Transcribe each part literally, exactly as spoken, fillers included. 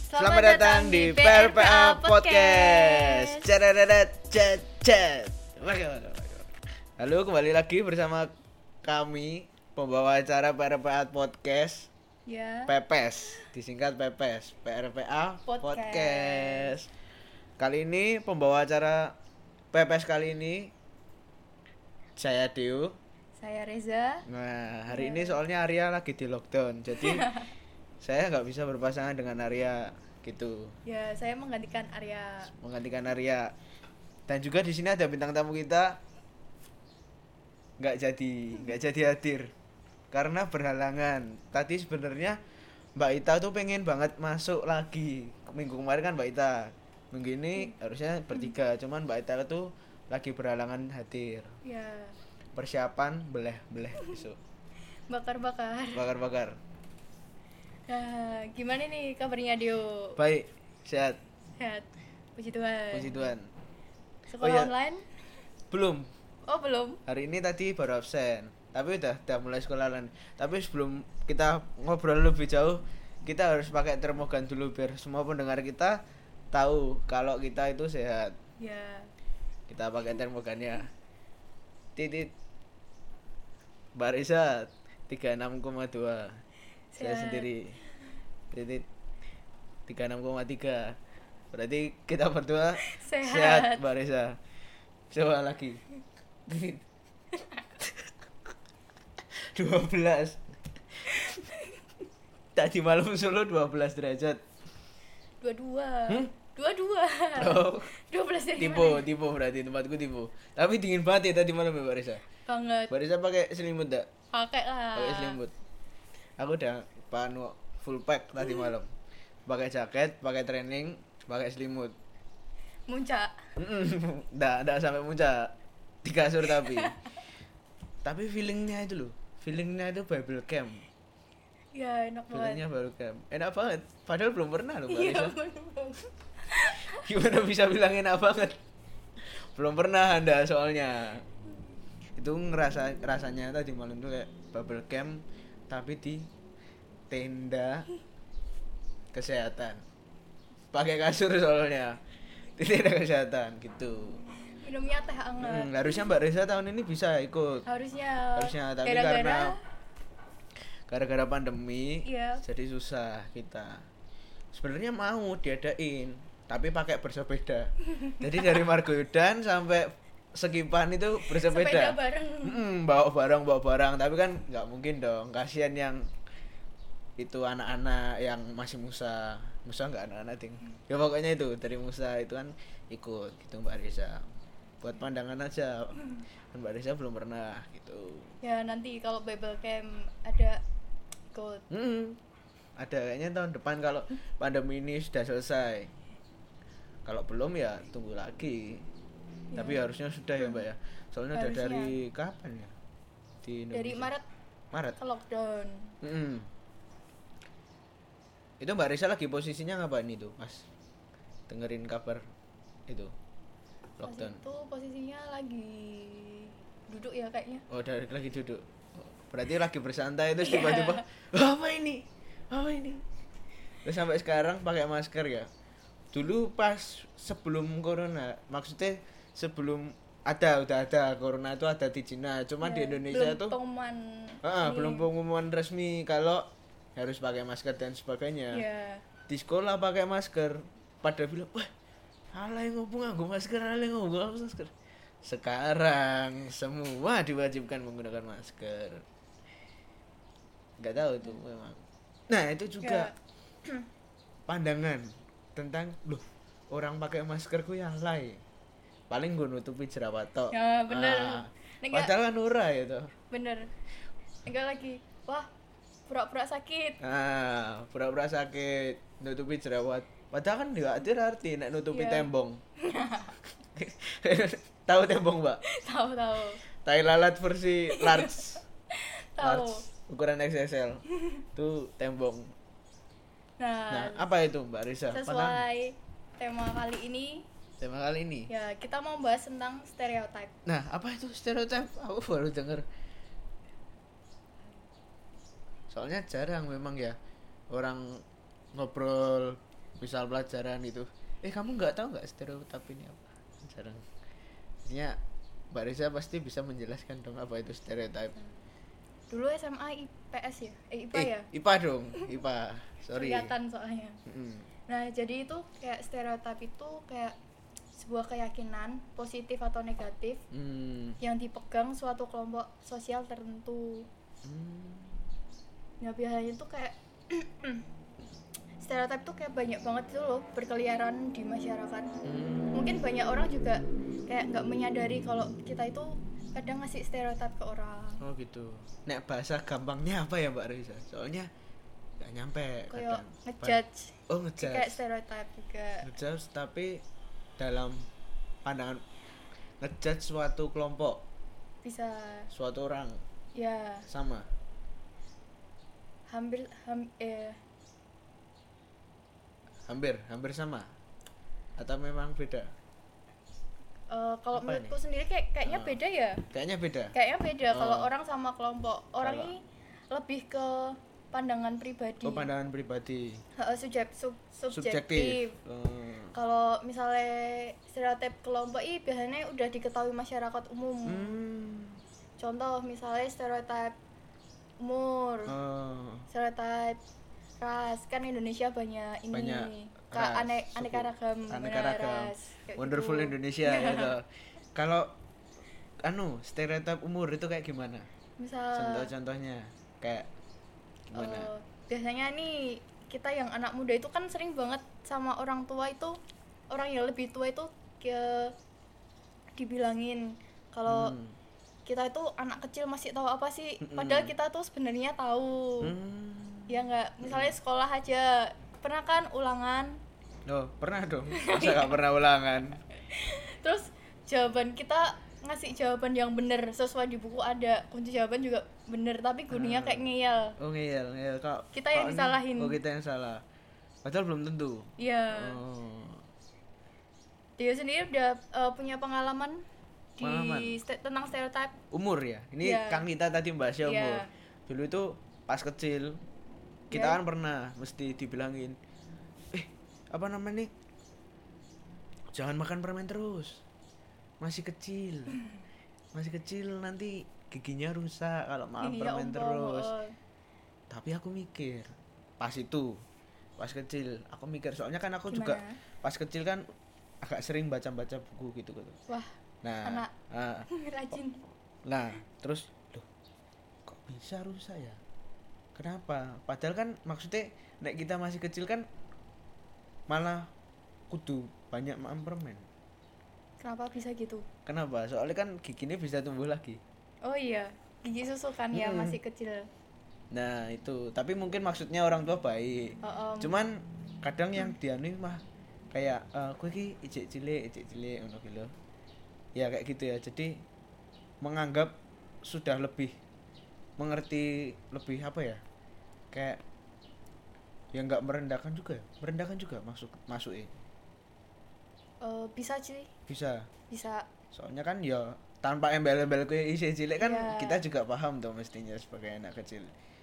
Selamat datang di P R P A Podcast. Caradat cet cet. Halo, kembali lagi bersama kami pembawa acara P R P A Podcast. Ya. Pepes, disingkat Pepes, P R P A Podcast. Podcast. Kali ini pembawa acara Pepes kali ini saya Dio. Saya Reza. Nah, hari Ya. ini soalnya Arya lagi di lockdown, jadi saya nggak bisa berpasangan dengan Arya gitu. Ya, saya menggantikan Arya. Menggantikan Arya. Dan juga di sini ada bintang tamu kita nggak jadi nggak jadi hadir karena berhalangan. Tadi sebenarnya Mbak Ita tuh pengen banget masuk lagi. Minggu kemarin kan Mbak Ita. Minggu ini harusnya bertiga, cuman Mbak Ita tuh lagi berhalangan hadir. Ya. Persiapan beleh-beleh besok. Bakar-bakar. Bakar-bakar. Nah, gimana nih kabarnya Dio? Baik, sehat. Sehat. Puji Tuhan. Puji Tuhan. Sekolah Oh, iya. online? Belum. Oh, belum. Hari ini tadi baru absen. Tapi udah udah mulai sekolah online. Tapi sebelum kita ngobrol lebih jauh, kita harus pakai termogan dulu biar semua pendengar kita tahu kalau kita itu sehat. Ya. Kita pakai termogannya. Titit. Mbak Risa tiga puluh enam koma dua. Saya Sehat. sendiri. Titit tiga puluh enam koma tiga. Berarti kita berdua Sehat. sehat Mbak Risa. Coba lagi. dua belas. Tadi malam Solo dua belas derajat. dua puluh dua. Hmm? dua puluh dua. Oh. dua belas dari Tipe, mana? tipe berarti tempatku tipe. Tapi dingin banget ya tadi malam ya Mbak Risa. Banget. Mbak Risa pakai selimut enggak? Pakai lah. Pakai selimut. Aku udah panu full pack tadi malam. Pakai jaket, pakai training, pakai selimut. Muncak. Enggak, enggak sampai puncak. Di kasur tapi. Tapi feelingnya itu loh. Feelingnya itu Bible camp. Ya, enak banget. Feelingnya Bible camp. Enak banget. Padahal belum pernah loh Mbak Iya, Risa. bener. Gimana bisa bilang enak banget? Belum pernah Anda soalnya. Itu ngerasa rasanya tadi malam tuh kayak bubble camp tapi di tenda kesehatan. Pakai kasur soalnya. Di tenda kesehatan gitu. Minumnya teh hangat. Hmm, harusnya Mbak Reza tahun ini bisa ikut. Harusnya. Harusnya tapi Gara-gara- karena gara-gara pandemi Iya. jadi susah kita. Sebenarnya mau diadain tapi pakai bersepeda. Jadi dari Margodan sampai Sekipan itu bersepeda. Sepeda bareng. Mm, bawa barang bawa barang tapi kan nggak mungkin dong, kasihan yang itu anak-anak yang masih Musa Musa nggak anak-anak ting ya pokoknya itu dari Musa itu kan ikut gitu Mbak Risa buat pandangan aja kan Mbak Risa belum pernah gitu. Ya nanti kalau Bible Camp ada ikut. Hmm, ada kayaknya tahun depan kalau pandemi ini sudah selesai. Kalau belum ya tunggu lagi. Ya. Tapi harusnya sudah ya Mbak ya. Soalnya udah Harusnya. dari kapan ya? Di Indonesia. Dari Maret Maret. ke lockdown. Mm-mm. Itu Mbak Risa lagi posisinya ngapain itu pas dengerin kabar itu lockdown? Pas itu posisinya lagi duduk ya kayaknya. Oh, dari lagi duduk. Berarti lagi bersantai terus Iya. tiba-tiba "Wah, apa ini? Apa ini?" Terus sampai sekarang pakai masker ya. Dulu pas sebelum corona, maksudnya sebelum ada udah ada corona itu ada di Cina, cuma Ya, di Indonesia belum tuh pengumuman. ah, ini. belum pengumuman resmi kalau harus pakai masker dan sebagainya. Ya. Di sekolah pakai masker, pada bilang, "Wah, alay ngomong nganggo masker, alay ngomong nganggo masker." Sekarang semua diwajibkan menggunakan masker. Enggak tahu tuh memang. Nah, itu juga Ya. pandangan tentang loh, orang pakai masker ku ya alay. Paling gue nutupi jerawat tok. Ya, bener. Ah, Enggak. padahal kan ora ya toh. Bener. Enggak lagi. Wah, pura-pura sakit. Ah, pura-pura sakit, nutupi jerawat. Padahal kan enggak ada arti nek nutupi Iya. tembong. Tahu tembong, Mbak? Tahu tahu. Tai lalat versi large. Tahu. Large, ukuran X X L. Itu tembong. Nah, Nah, apa itu Mbak Risa? Pandangan sesuai tema kali ini tema kali ini. ya kita mau bahas tentang stereotip. Nah, apa itu stereotip? Aku baru denger. Soalnya jarang memang ya orang ngobrol misal pelajaran itu, eh kamu nggak tahu nggak stereotip ini apa, jarang. Intinya Mbak Reza pasti bisa menjelaskan dong apa itu stereotip. Dulu S M A I P S ya, eh I P A Eh, ya. I P A dong, I P A. Sorry. Kelihatan soalnya. Mm-mm. Nah, jadi itu kayak stereotip itu kayak sebuah keyakinan positif atau negatif Hmm. yang dipegang suatu kelompok sosial tertentu. Hmm. Nah, biasanya itu kayak stereotip tuh kayak banyak banget itu loh berkeliaran di masyarakat. Hmm. Mungkin banyak orang juga kayak nggak menyadari kalau kita itu kadang ngasih stereotip ke orang. Oh gitu. Nek bahasa gampangnya apa ya Mbak Reza? Soalnya nggak nyampe Kayak kadang. ngejudge. Oh Kayak ngejudge. stereotip juga. Ngejudge tapi dalam pandangan ngejudge suatu kelompok, Bisa suatu orang ya sama. hampir ham, eh Hampir, hampir sama. Atau memang beda? eh, kalau Apa menurutku ini? sendiri kayak kayaknya Ah. beda ya. Kayaknya beda. Kayaknya beda kalau Oh. orang sama kelompok. Orang Kalau- ini lebih ke pandangan pribadi. Oh pandangan pribadi. Heeh, subjek, sub, subjektif. Subjektif. Oh. Kalau misalnya stereotip kelompok ini biasanya udah diketahui masyarakat umum. Hmm. Contoh misalnya stereotip umur, Oh. stereotip ras, kan Indonesia banyak ini. Banyak Ka- ras, ane, suku, aneka ragam, aneka ragam. ras, kayak Wonderful gitu. Indonesia gitu. Kalau anu stereotip umur itu kayak gimana? Misal Contoh-contohnya kayak gimana? eh, biasanya nih kita yang anak muda itu kan sering banget sama orang tua itu, orang yang lebih tua itu ke dibilangin kalau Hmm. kita itu anak kecil masih tahu apa sih, Mm-mm. padahal kita tuh sebenarnya tahu. Hmm. Ya nggak, misalnya sekolah aja pernah kan ulangan, Oh, pernah dong. Masa gak pernah ulangan? terus jawaban kita ngasih jawaban yang bener sesuai di buku, ada kunci jawaban juga bener tapi gurunya kayak ngeyel. Oh, ngeyel, ngeyel kok. Kita yang kok ini- disalahin. Oh, kita yang salah. Padahal belum tentu. Iya. Oh. Dia sendiri udah uh, punya pengalaman di Pengalaman? ste- tentang stereotip. Umur ya. Ini Iya. Kang Nita tadi bahasnya Iya. umur. Dulu itu pas kecil kita Iya. kan pernah mesti dibilangin, eh apa namanya nih, jangan makan permen terus, masih kecil, masih kecil nanti giginya rusak kalau makan Iya, permen umpam, terus. oh. Tapi aku mikir pas itu, pas kecil aku mikir, soalnya kan aku juga Gimana? pas kecil kan agak sering baca-baca buku gitu gitu. Wah, Nah, anak nah, rajin. nah, terus loh, kok bisa rusak ya? Kenapa? Padahal kan maksudnya nek kita masih kecil kan malah kudu banyak makan permen. Kenapa bisa gitu? Kenapa? Soalnya kan giginya bisa tumbuh lagi. Oh iya, gigi susu kan ya Hmm. masih kecil. Nah, itu. Tapi mungkin maksudnya orang tua baik. Oh, om. Cuman kadang yang dianu mah kayak eh kowe iki ijik cilik, ijik cilik ngono ki lho. Ya kayak gitu ya. Jadi menganggap sudah lebih mengerti lebih apa ya? Kayak ya nggak merendahkan juga ya. Merendahkan juga masuk masuk eh. Eh, bisa sih, Bisa. bisa. Soalnya kan ya tanpa embel-embel kowe isi cilik kan Iya. kita juga paham tuh mestinya sebagai anak kecil.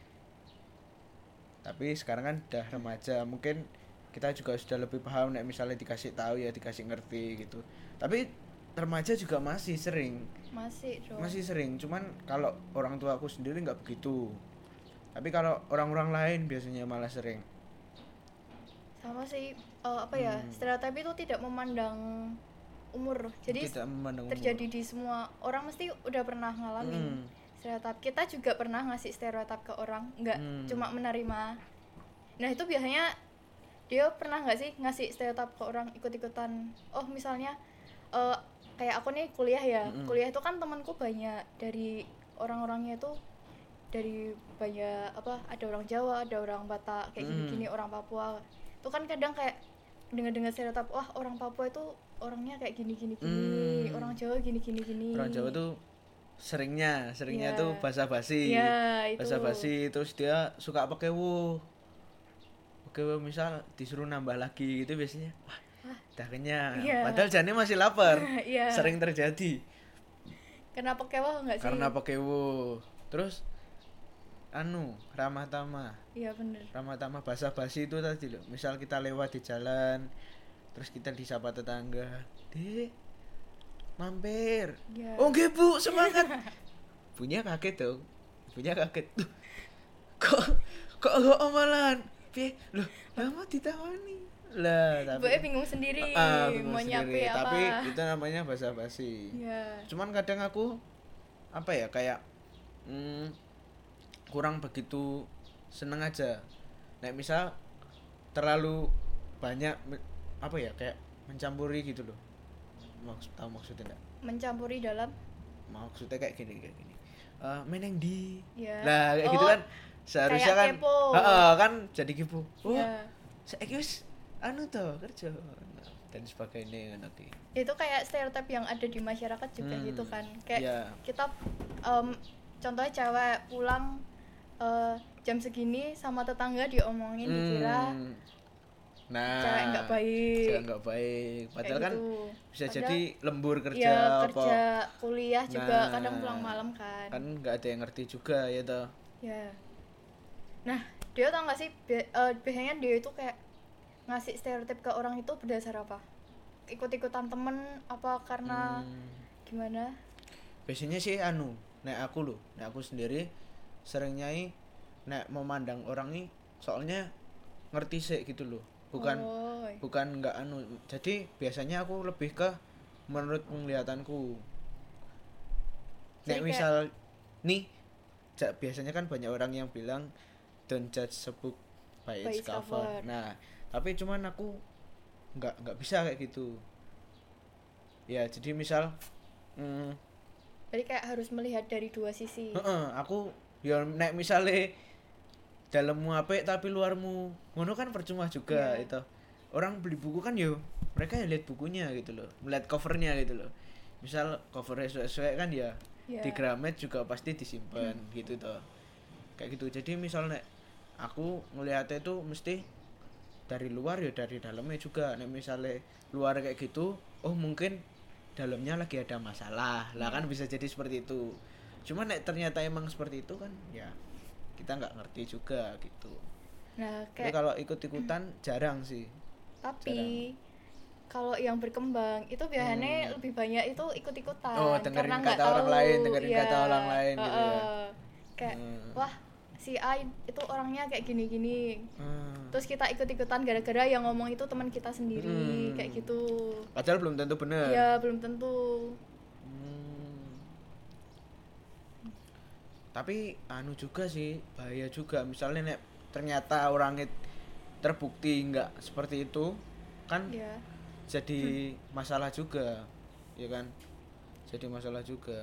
Tapi sekarang kan udah remaja, mungkin kita juga sudah lebih paham nek misalnya dikasih tahu ya dikasih ngerti gitu. Tapi remaja juga masih sering, Masih dong. masih sering. Cuman kalau orang tua aku sendiri nggak begitu. Tapi kalau orang-orang lain biasanya malah sering. Sama sih, eh, apa ya, Hmm. stereotip itu tidak memandang umur. Jadi Tidak memandang umur. terjadi di semua orang, mesti udah pernah ngalamin Hmm. stereotip. Kita juga pernah ngasih stereotip ke orang, nggak Hmm. cuma menerima. Nah itu biasanya dia pernah nggak sih ngasih stereotip ke orang ikut-ikutan. Oh misalnya eh, kayak aku nih kuliah ya, Mm-mm. kuliah itu kan temanku banyak dari orang-orangnya itu dari banyak apa, ada orang Jawa, ada orang Batak kayak Mm. gini-gini, orang Papua. Itu kan kadang kayak dengar-dengar stereotip, wah orang Papua itu orangnya kayak gini-gini gini, Mm. orang Jawa gini-gini gini. Orang Jawa tuh seringnya seringnya Iya. tuh basa-basi. Iya, itu. Basa-basi terus dia suka pakai wo. Pakai wo misal disuruh nambah lagi gitu biasanya. Wah, dah kenyang. Iya. Padahal jane masih lapar. Iya. Sering terjadi Kenapa kewah nggak sih? karena pakai wo. Terus anu ramah tamah. Iya bener. Ramah tamah basa-basi itu tadi loh. Misal kita lewat di jalan terus kita disapa tetangga, "Dek, mampir." Ya. "Oh nggih, Bu, semangat." Punya kaget dong. Punya kaget. Duh, kok kok kok omalan. Piye? Loh, lama ditawani. Lah, tapi Gue bingung sendiri Ah, bingung mau sendiri. nyape apa. Tapi itu namanya basa-basi. Iya. Cuman kadang aku apa ya kayak hmm, kurang begitu seneng aja. Nek misal terlalu banyak me- apa ya kayak mencampuri gitu loh. Maksud tahu maksudnya enggak? Mencampuri dalam. Maksudnya kayak gini kayak gini. Eh meneng di. Ya. Lah kayak Oh, gitu kan seharusnya kayak kan kepo. heeh kan jadi kepo. Oh, Iya. saiki wis anu to kerja dan sebagainya nanti. Itu kayak stereotip yang ada di masyarakat juga Hmm, gitu kan. Kayak iya. kita em, contohnya cewek pulang eh, jam segini sama tetangga diomongin dikira Hmm. Nah, cewek nggak baik. cewek nggak baik. Padahal Kayak kan gitu. bisa Padahal, jadi lembur kerja ya, apa. kerja, kuliah juga Nah, kadang pulang malam kan. Kan nggak ada yang ngerti juga ya toh. Ya. Nah, dia tau gak sih bi- eh, biasanya dia itu kayak ngasih stereotip ke orang itu berdasar apa? Ikut-ikutan temen apa karena Hmm. gimana? Biasanya sih anu, nek aku loh, nek aku sendiri sering nyai nek memandang orang nih soalnya ngerti sih gitu loh. Bukan Oh, bukan nggak anu. Jadi biasanya aku lebih ke menurut penglihatanku. Nek Jadi misal nih ja- biasanya kan banyak orang yang bilang don't judge a book by By its its cover. cover. Nah, tapi cuman aku nggak nggak bisa kayak gitu. Ya, jadi misal mm, jadi kayak harus melihat dari dua sisi. heeh, aku ya nek misale dalammu apik tapi luarmu ngono kan percuma juga Iya. itu. Orang beli buku kan yo mereka ya lihat bukunya gitu loh, melihat covernya gitu loh. Misal covernya sesuai kan ya Iya. di Gramet juga pasti disimpan gitu toh. Kayak gitu. Jadi misal nek aku ngelihatnya itu mesti dari luar ya dari dalamnya juga. Nek misalnya luar kayak gitu, oh mungkin dalamnya lagi ada masalah. Lah kan bisa jadi seperti itu. Cuma nek ternyata emang seperti itu kan ya kita nggak ngerti juga gitu. Nah, Tapi kayak kalau ikut-ikutan jarang sih. tapi kalau yang berkembang itu biasanya Hmm. lebih banyak itu ikut-ikutan Oh, dengerin karena nggak kata orang tahu, lain, dengerin ya, kata orang lain gitu ya. heeh. Kayak Hmm. wah si A itu orangnya kayak gini-gini. Hmm. Terus kita ikut-ikutan gara-gara yang ngomong itu teman kita sendiri, Hmm. kayak gitu. Padahal belum tentu benar. Iya, belum tentu. Hmm. Tapi anu juga sih bahaya juga misalnya nek ternyata orang itu terbukti nggak seperti itu kan Ya. jadi masalah juga ya kan jadi masalah juga.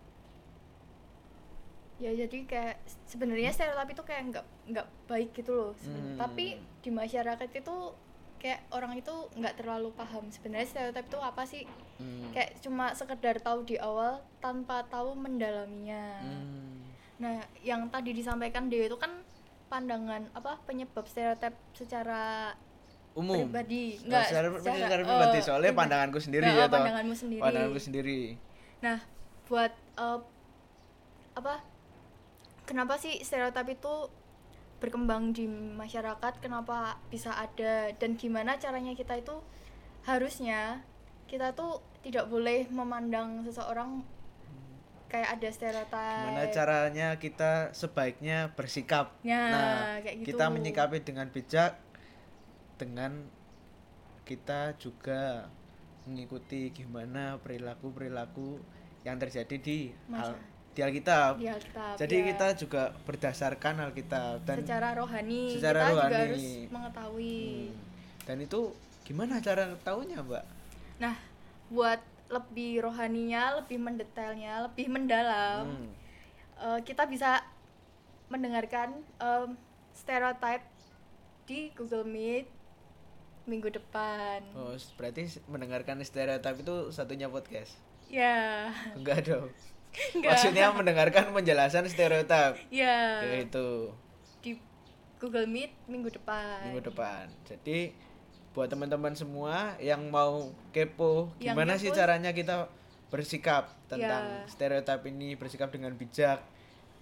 Ya jadi kayak sebenarnya stereotip itu kayak nggak nggak baik gitu loh sebenarnya. Hmm. Tapi di masyarakat itu kayak orang itu nggak terlalu paham sebenarnya stereotip itu apa sih. Hmm. Kayak cuma sekedar tahu di awal tanpa tahu mendalaminya. Hmm. Nah, yang tadi disampaikan dia itu kan pandangan apa penyebab stereotip secara Umum pribadi. Oh, Enggak, secara, secara, secara eh, pribadi soalnya pribadi. pandanganku sendiri Nah, ya toh. pandanganmu sendiri. Pandanganku sendiri. Nah, buat eh, apa? Kenapa sih stereotip itu berkembang di masyarakat? Kenapa bisa ada dan gimana caranya kita itu harusnya kita tuh tidak boleh memandang seseorang kayak ada stereotip. Gimana caranya kita sebaiknya bersikap. Ya, nah, kayak gitu. kita menyikapi dengan bijak dengan kita juga mengikuti gimana perilaku-perilaku yang terjadi di Masa. al- di Alkitab. Di Alkitab, Jadi ya. kita juga berdasarkan Alkitab dan secara rohani secara kita juga rohani. harus mengetahui. Hmm. Dan itu gimana cara tahunya, Mbak? Nah, buat lebih rohaninya, lebih mendetailnya, lebih mendalam, Hmm. eh, kita bisa mendengarkan em, stereotype di Google Meet minggu depan. Oh, berarti mendengarkan stereotip itu satunya podcast. Ya, Enggak dong. Enggak. Maksudnya mendengarkan penjelasan stereotip. ya Kayak itu di Google Meet minggu depan. minggu depan. Jadi buat teman-teman semua yang mau kepo Yang gimana sih kepo. caranya kita bersikap tentang Ya. stereotip ini, bersikap dengan bijak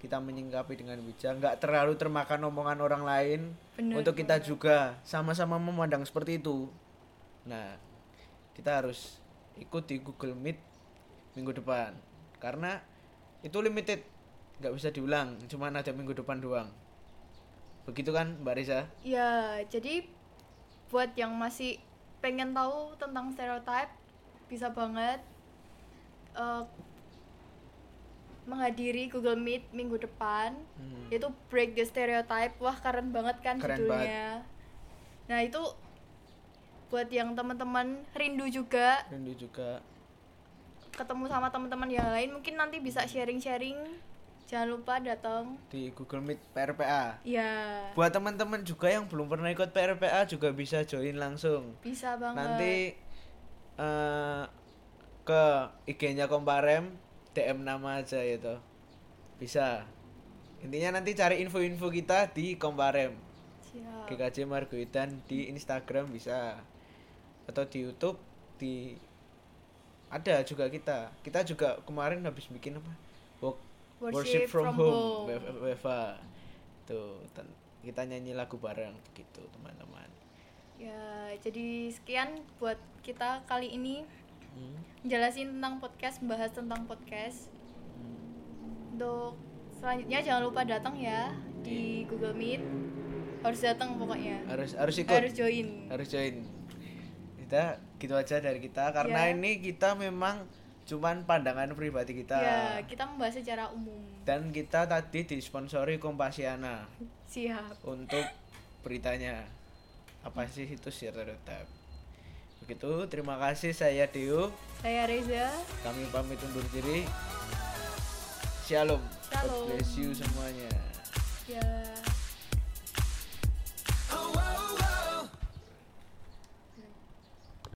kita menyingkapi dengan bijak, nggak terlalu termakan omongan orang lain. Bener Untuk kita banget. juga sama-sama memandang seperti itu. Nah, kita harus ikut di Google Meet minggu depan karena itu limited, nggak bisa diulang, cuma ada minggu depan doang. Begitu kan Mbak Risa? Ya, jadi buat yang masih pengen tahu tentang stereotype bisa banget uh, menghadiri Google Meet minggu depan. Hmm. Itu Break the Stereotype. Wah, keren banget kan Keren judulnya. Nah, itu buat yang teman-teman rindu juga Rindu juga. ketemu sama teman-teman yang lain, mungkin nanti bisa sharing-sharing. Jangan lupa datang Di Google Meet P R P A. ya. Buat teman-teman juga yang belum pernah ikut P R P A juga bisa join langsung. Bisa banget. Nanti uh, ke I G-nya Komparem, D M nama aja gitu. Bisa. Intinya nanti cari info-info kita di Komparem. Siap. G K J Margoidan di Instagram bisa. Atau di YouTube di ada juga kita. Kita juga kemarin habis bikin apa? Work, Worship, worship from, from home, home. W F A. Tuh, ten- kita nyanyi lagu bareng gitu, teman-teman. Ya, jadi sekian buat kita kali ini. Hmm. Jelasin tentang podcast, membahas tentang podcast. Untuk selanjutnya jangan lupa datang ya di Google Meet. Harus datang pokoknya. Harus harus ikut. Harus join. Harus join. Kita gitu aja dari kita karena Ya. ini kita memang cuman pandangan pribadi kita. Ya, kita membahas secara umum. Dan kita tadi disponsori Kompasiana Siap. untuk beritanya. Apa sih itu stereotype? Begitu, terima kasih, saya Deo. Saya Reza. Kami pamit undur diri. Shalom. God Shalom. bless you semuanya. Ya.